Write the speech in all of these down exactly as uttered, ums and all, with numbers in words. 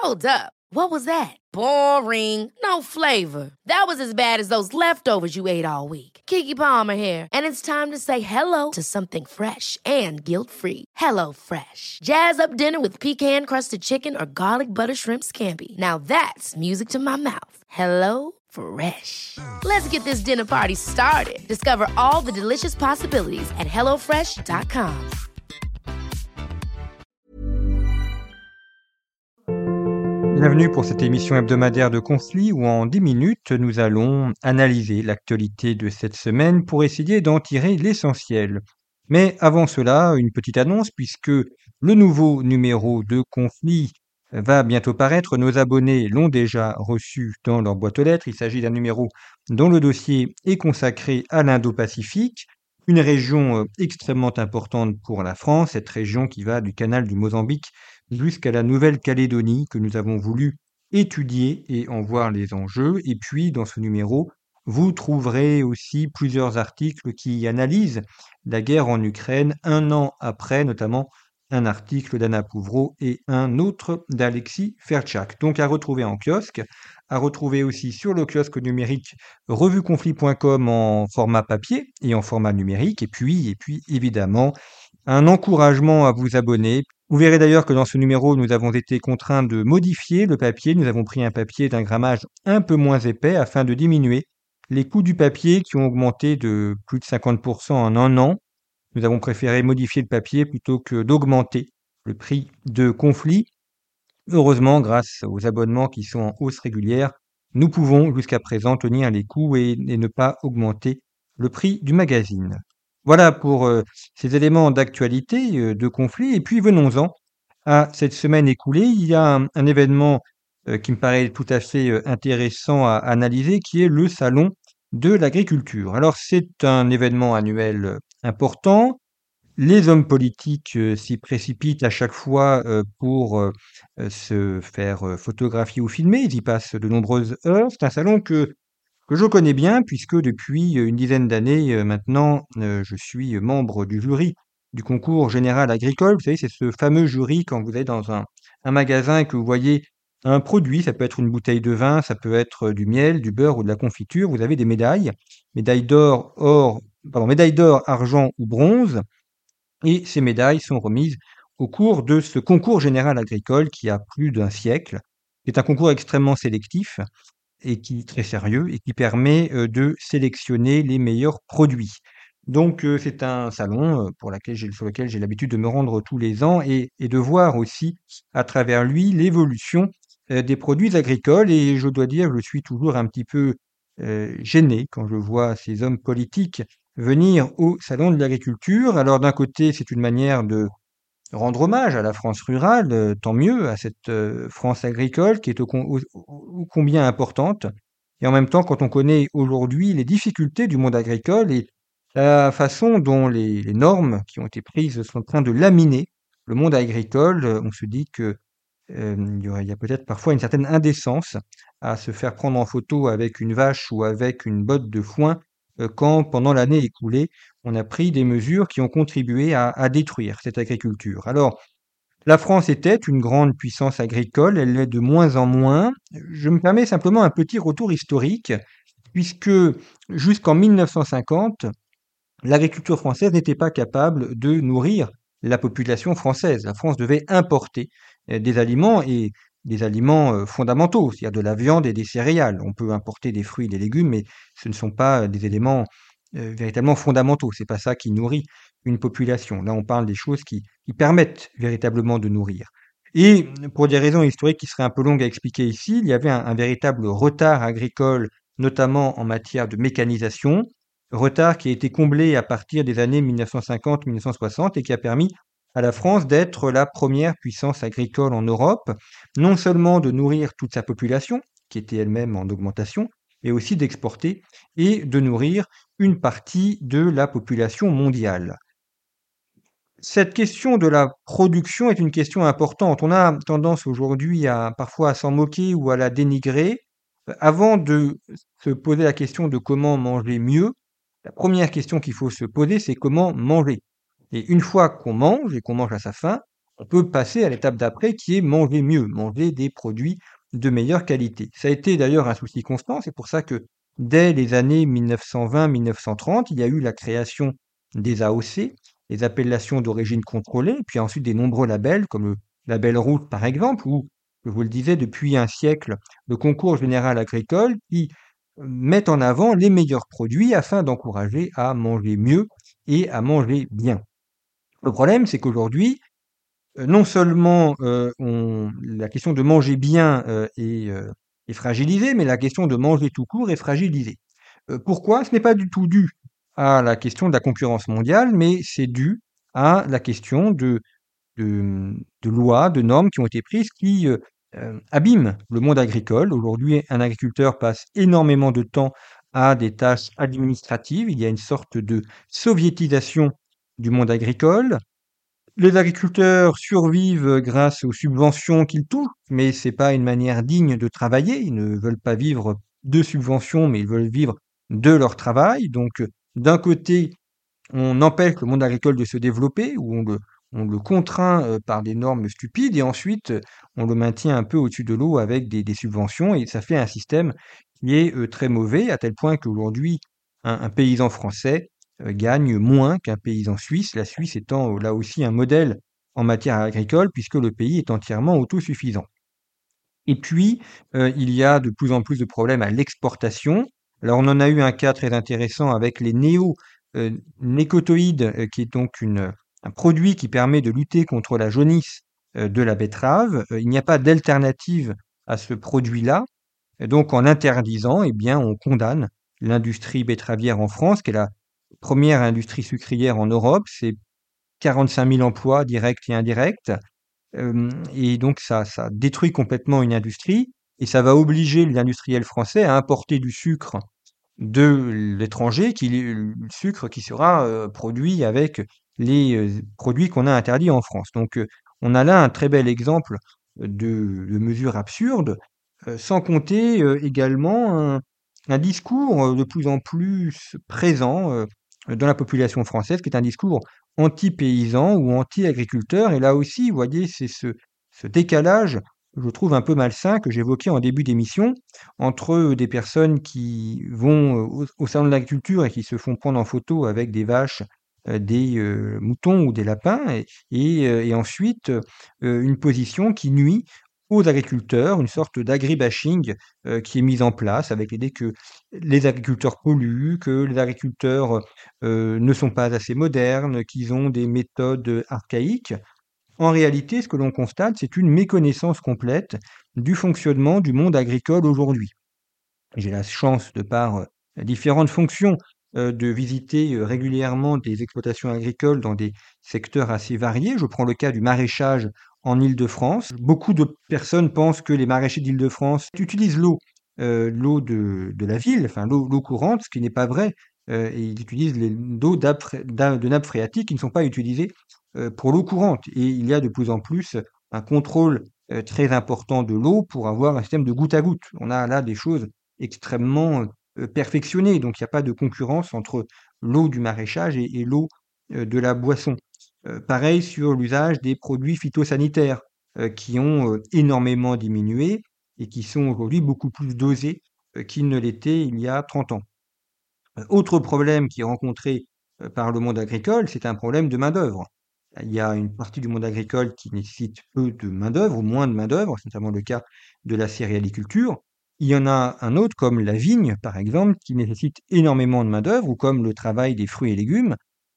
Hold up. What was that? Boring. No flavor. That was as bad as those leftovers you ate all week. Keke Palmer here, and it's time to say hello to something fresh and guilt-free. Hello Fresh. Jazz up dinner with pecan-crusted chicken or garlic butter shrimp scampi. Now that's music to my mouth. Hello Fresh. Let's get this dinner party started. Discover all the delicious possibilities at hello fresh dot com. Bienvenue pour cette émission hebdomadaire de Conflit où en dix minutes, nous allons analyser l'actualité de cette semaine pour essayer d'en tirer l'essentiel. Mais avant cela, une petite annonce puisque le nouveau numéro de Conflit va bientôt paraître. Nos abonnés l'ont déjà reçu dans leur boîte aux lettres. Il s'agit d'un numéro dont le dossier est consacré à l'Indo-Pacifique, une région extrêmement importante pour la France, cette région qui va du canal du Mozambique jusqu'à la Nouvelle-Calédonie que nous avons voulu étudier et en voir les enjeux. Et puis, dans ce numéro, vous trouverez aussi plusieurs articles qui analysent la guerre en Ukraine un an après, notamment un article d'Anna Pouvreau et un autre d'Alexis Fertchak. Donc à retrouver en kiosque, à retrouver aussi sur le kiosque numérique revueconflit point com en format papier et en format numérique. Et puis, et puis évidemment, un encouragement à vous abonner. Vous verrez d'ailleurs que dans ce numéro, nous avons été contraints de modifier le papier. Nous avons pris un papier d'un grammage un peu moins épais afin de diminuer les coûts du papier qui ont augmenté de plus de cinquante pour cent en un an. Nous avons préféré modifier le papier plutôt que d'augmenter le prix de Conflit. Heureusement, grâce aux abonnements qui sont en hausse régulière, nous pouvons jusqu'à présent tenir les coûts et, et ne pas augmenter le prix du magazine. Voilà pour euh, ces éléments d'actualité euh, de Conflit. Et puis venons-en à cette semaine écoulée. Il y a un, un événement euh, qui me paraît tout à fait euh, intéressant à analyser, qui est le Salon de l'agriculture. Alors c'est un événement annuel euh, important. Les hommes politiques euh, s'y précipitent à chaque fois euh, pour euh, euh, se faire euh, photographier ou filmer. Ils y passent de nombreuses heures. C'est un salon que que je connais bien puisque depuis une dizaine d'années euh, maintenant, euh, je suis membre du jury du concours général agricole. Vous savez, c'est ce fameux jury quand vous êtes dans un, un magasin et que vous voyez un produit, ça peut être une bouteille de vin, ça peut être du miel, du beurre ou de la confiture. Vous avez des médailles, médailles d'or, or, pardon, médailles d'or, argent ou bronze. Et ces médailles sont remises au cours de ce concours général agricole qui a plus d'un siècle. C'est un concours extrêmement sélectif et qui est très sérieux et qui permet euh, de sélectionner les meilleurs produits. Donc euh, c'est un salon euh, pour laquelle j'ai, sur lequel j'ai l'habitude de me rendre tous les ans et, et de voir aussi à travers lui l'évolution euh, des produits agricoles. Et je dois dire, je suis toujours un petit peu euh, gêné quand je vois ces hommes politiques venir au salon de l'agriculture. Alors d'un côté, c'est une manière de rendre hommage à la France rurale, euh, tant mieux, à cette euh, France agricole qui est au, con- au- au- combien importante. Et en même temps, quand on connaît aujourd'hui les difficultés du monde agricole et la façon dont les, les normes qui ont été prises sont en train de laminer le monde agricole, euh, on se dit que euh, il y, aurait- il y a peut-être parfois une certaine indécence à se faire prendre en photo avec une vache ou avec une botte de foin euh, quand, pendant l'année écoulée, on a pris des mesures qui ont contribué à, à détruire cette agriculture. Alors, la France était une grande puissance agricole, elle l'est de moins en moins. Je me permets simplement un petit retour historique, puisque jusqu'en mille neuf cent cinquante, l'agriculture française n'était pas capable de nourrir la population française. La France devait importer euh, des aliments et des aliments euh, fondamentaux, c'est-à-dire de la viande et des céréales. On peut importer des fruits et des légumes, mais ce ne sont pas euh, des éléments euh, véritablement fondamentaux. C'est pas ça qui nourrit une population. Là, on parle des choses qui, qui permettent véritablement de nourrir. Et pour des raisons historiques qui seraient un peu longues à expliquer ici, il y avait un, un véritable retard agricole, notamment en matière de mécanisation, retard qui a été comblé à partir des années mille neuf cent cinquante mille neuf cent soixante et qui a permis à la France d'être la première puissance agricole en Europe, non seulement de nourrir toute sa population, qui était elle-même en augmentation, mais aussi d'exporter et de nourrir une partie de la population mondiale. Cette question de la production est une question importante. On a tendance aujourd'hui à parfois à s'en moquer ou à la dénigrer. Avant de se poser la question de comment manger mieux, la première question qu'il faut se poser, c'est comment manger. Et une fois qu'on mange et qu'on mange à sa faim, on peut passer à l'étape d'après qui est manger mieux, manger des produits de meilleure qualité. Ça a été d'ailleurs un souci constant, c'est pour ça que dès les années mille neuf cent vingt mille neuf cent trente, il y a eu la création des A O C, les appellations d'origine contrôlée, puis ensuite des nombreux labels, comme le label Route par exemple, ou, je vous le disais, depuis un siècle, le concours général agricole, qui euh, met en avant les meilleurs produits afin d'encourager à manger mieux et à manger bien. Le problème, c'est qu'aujourd'hui, euh, non seulement euh, on, la question de manger bien euh, est, euh, est fragilisée, mais la question de manger tout court est fragilisée. Euh, pourquoi? Ce n'est pas du tout dû à la question de la concurrence mondiale, mais c'est dû à la question de, de, de lois, de normes qui ont été prises qui euh, euh, abîment le monde agricole. Aujourd'hui, un agriculteur passe énormément de temps à des tâches administratives. Il y a une sorte de soviétisation du monde agricole. Les agriculteurs survivent grâce aux subventions qu'ils touchent, mais c'est pas une manière digne de travailler. Ils ne veulent pas vivre de subventions, mais ils veulent vivre de leur travail. Donc, euh, d'un côté, on empêche le monde agricole de se développer, ou on le, on le contraint euh, par des normes stupides, et ensuite, euh, on le maintient un peu au-dessus de l'eau avec des, des subventions, et ça fait un système qui est euh, très mauvais, à tel point qu'aujourd'hui, un, un paysan français euh, gagne moins qu'un paysan suisse, la Suisse étant euh, là aussi un modèle en matière agricole, puisque le pays est entièrement autosuffisant. Et puis, euh, il y a de plus en plus de problèmes à l'exportation. Alors, on en a eu un cas très intéressant avec les néonicotinoïdes, euh, qui est donc une, un produit qui permet de lutter contre la jaunisse euh, de la betterave. Euh, il n'y a pas d'alternative à ce produit-là. Et donc, en interdisant, eh bien, on condamne l'industrie betteravière en France, qui est la première industrie sucrière en Europe. C'est quarante-cinq mille emplois directs et indirects. Euh, et donc, ça, ça détruit complètement une industrie et ça va obliger l'industriel français à importer du sucre de l'étranger, qui, le sucre qui sera euh, produit avec les euh, produits qu'on a interdits en France. Donc, euh, on a là un très bel exemple de, de mesures absurdes, euh, sans compter euh, également un, un discours euh, de plus en plus présent euh, dans la population française, qui est un discours anti-paysan ou anti-agriculteur. Et là aussi, vous voyez, c'est ce, ce décalage, je trouve un peu malsain, que j'évoquais en début d'émission, entre des personnes qui vont au, au salon de l'agriculture et qui se font prendre en photo avec des vaches, euh, des euh, moutons ou des lapins, et, et, euh, et ensuite euh, une position qui nuit aux agriculteurs, une sorte d'agribashing euh, qui est mise en place avec l'idée que les agriculteurs polluent, que les agriculteurs euh, ne sont pas assez modernes, qu'ils ont des méthodes archaïques. En réalité, ce que l'on constate, c'est une méconnaissance complète du fonctionnement du monde agricole aujourd'hui. J'ai la chance, de par euh, différentes fonctions, euh, de visiter euh, régulièrement des exploitations agricoles dans des secteurs assez variés. Je prends le cas du maraîchage en Île-de-France. Beaucoup de personnes pensent que les maraîchers d'Île-de-France utilisent l'eau, euh, l'eau de, de la ville, enfin l'eau, l'eau courante, ce qui n'est pas vrai. Euh, et ils utilisent les eaux de nappes phréatiques qui ne sont pas utilisées euh, pour l'eau courante. Et il y a de plus en plus un contrôle euh, très important de l'eau pour avoir un système de goutte à goutte. On a là des choses extrêmement euh, perfectionnées, donc il n'y a pas de concurrence entre l'eau du maraîchage et, et l'eau euh, de la boisson. Euh, pareil sur l'usage des produits phytosanitaires euh, qui ont euh, énormément diminué et qui sont aujourd'hui beaucoup plus dosés euh, qu'ils ne l'étaient il y a trente ans. Euh, autre problème qui est rencontré euh, par le monde agricole, c'est un problème de main-d'œuvre. Il y a une partie du monde agricole qui nécessite peu de main-d'œuvre ou moins de main-d'œuvre, c'est notamment le cas de la céréaliculture. Il y en a un autre, comme la vigne, par exemple, qui nécessite énormément de main-d'œuvre, ou comme le travail des fruits et légumes.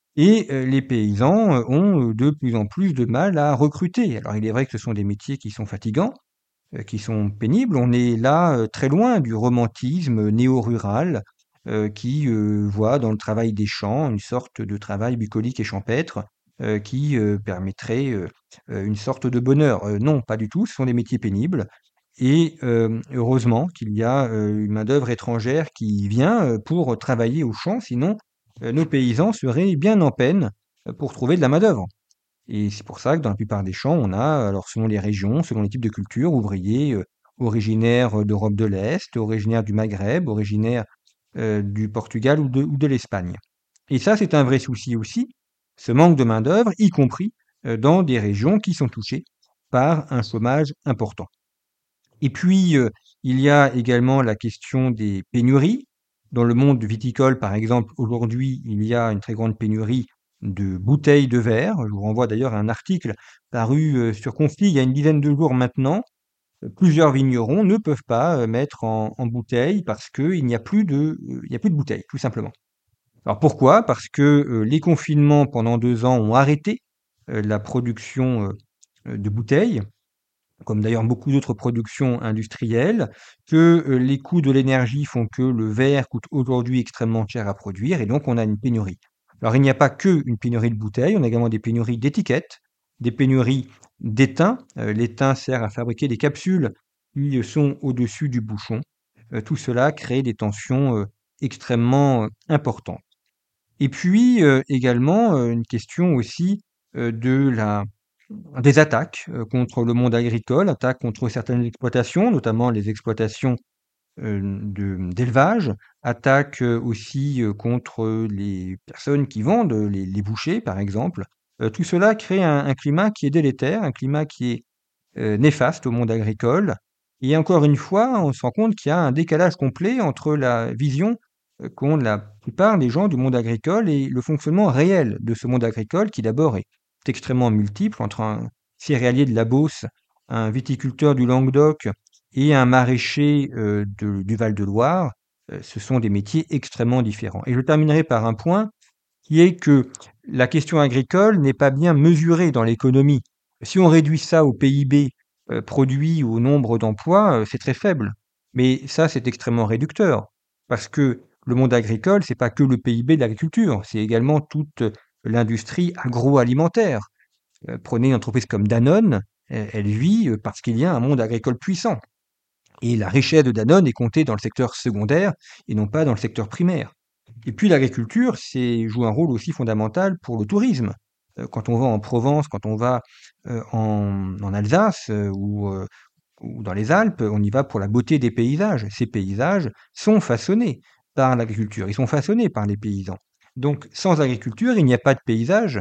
Et euh, les paysans euh, ont euh, de plus en plus de mal à recruter. Alors, il est vrai que ce sont des métiers qui sont fatigants, euh, qui sont pénibles. On est là euh, très loin du romantisme néo-rural, euh, qui euh, voit dans le travail des champs une sorte de travail bucolique et champêtre, euh, qui euh, permettrait euh, euh, une sorte de bonheur. Euh, non, pas du tout, ce sont des métiers pénibles. Et euh, heureusement qu'il y a euh, une main-d'œuvre étrangère qui vient euh, pour travailler au champ, sinon euh, nos paysans seraient bien en peine euh, pour trouver de la main-d'œuvre. Et c'est pour ça que dans la plupart des champs, on a, alors selon les régions, selon les types de cultures, ouvriers euh, originaires d'Europe de l'Est, originaires du Maghreb, originaires euh, du Portugal ou de, ou de l'Espagne. Et ça, c'est un vrai souci aussi, ce manque de main-d'œuvre, y compris euh, dans des régions qui sont touchées par un chômage important. Et puis, euh, il y a également la question des pénuries. Dans le monde viticole, par exemple, aujourd'hui, il y a une très grande pénurie de bouteilles de verre. Je vous renvoie d'ailleurs à un article paru euh, sur Conflit il y a une dizaine de jours maintenant. Euh, Plusieurs vignerons ne peuvent pas euh, mettre en, en bouteille parce qu'il n'y a plus de, euh, il n'y a plus de bouteilles, tout simplement. Alors pourquoi? Parce que euh, les confinements pendant deux ans ont arrêté euh, la production euh, de bouteilles, comme d'ailleurs beaucoup d'autres productions industrielles, que euh, les coûts de l'énergie font que le verre coûte aujourd'hui extrêmement cher à produire, et donc on a une pénurie. Alors il n'y a pas que une pénurie de bouteilles, on a également des pénuries d'étiquettes, des pénuries d'étain. Euh, l'étain sert à fabriquer des capsules qui sont au-dessus du bouchon. Euh, tout cela crée des tensions euh, extrêmement euh, importantes. Et puis euh, également euh, une question aussi euh, de la des attaques euh, contre le monde agricole, attaques contre certaines exploitations, notamment les exploitations euh, de- d'élevage, attaques euh, aussi euh, contre les personnes qui vendent, les, les bouchers par exemple. Euh, tout cela crée un, un climat qui est délétère, un climat qui est euh, néfaste au monde agricole. Et encore une fois, on se rend compte qu'il y a un décalage complet entre la vision euh, qu'ont la plupart des gens du monde agricole et le fonctionnement réel de ce monde agricole qui d'abord est extrêmement multiple entre un céréalier de la Beauce, un viticulteur du Languedoc et un maraîcher euh, de- du Val-de-Loire. Euh, ce sont des métiers extrêmement différents. Et je terminerai par un point qui est que la question agricole n'est pas bien mesurée dans l'économie. Si on réduit ça au P I B euh, produit ou au nombre d'emplois, euh, c'est très faible. Mais ça, c'est extrêmement réducteur. Parce que le monde agricole, c'est pas que le P I B de l'agriculture, c'est également toute l'industrie agroalimentaire. Euh, prenez une entreprise comme Danone, elle, elle vit euh, parce qu'il y a un monde agricole puissant. Et la richesse de Danone est comptée dans le secteur secondaire et non pas dans le secteur primaire. Et puis l'agriculture, c'est joue un rôle aussi fondamental pour le tourisme. Euh, Quand on va en Provence, quand on va euh, en, en Alsace euh, ou, euh, ou dans les Alpes, on y va pour la beauté des paysages. Ces paysages sont façonnés par l'agriculture, ils sont façonnés par les paysans. Donc sans agriculture, il n'y a pas de paysage,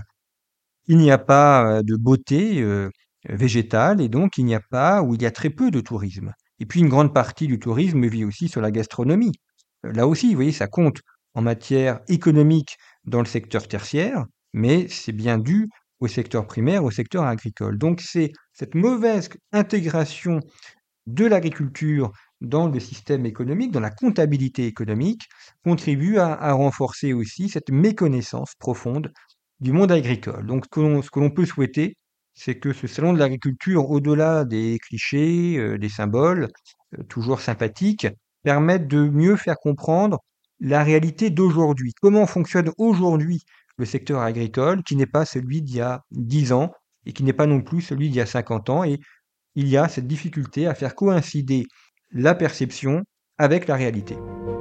il n'y a pas euh, de beauté euh, végétale et donc il n'y a pas ou il y a très peu de tourisme. Et puis une grande partie du tourisme vit aussi sur la gastronomie. Euh, Là aussi, vous voyez, ça compte en matière économique dans le secteur tertiaire, mais c'est bien dû au secteur primaire, au secteur agricole. Donc c'est cette mauvaise intégration de l'agriculture dans le système économique, dans la comptabilité économique, contribue à, à renforcer aussi cette méconnaissance profonde du monde agricole. Donc ce que l'on, ce que l'on peut souhaiter, c'est que ce salon de l'agriculture, au-delà des clichés, euh, des symboles, euh, toujours sympathiques, permette de mieux faire comprendre la réalité d'aujourd'hui. Comment fonctionne aujourd'hui le secteur agricole, qui n'est pas celui d'il y a dix ans et qui n'est pas non plus celui d'il y a cinquante ans. Et il y a cette difficulté à faire coïncider la perception avec la réalité.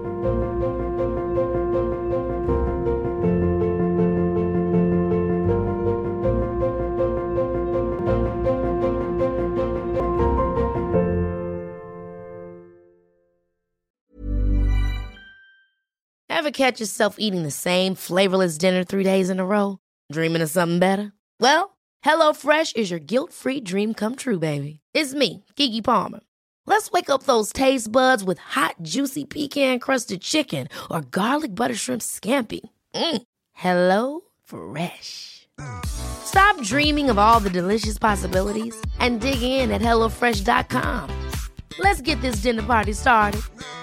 Ever catch yourself eating the same flavorless dinner three days in a row? Dreaming of something better? Well, HelloFresh is your guilt-free dream come true, baby. It's me, Keke Palmer. Let's wake up those taste buds with hot, juicy pecan-crusted chicken or garlic butter shrimp scampi. Mm. Hello Fresh. Stop dreaming of all the delicious possibilities and dig in at hello fresh dot com. Let's get this dinner party started.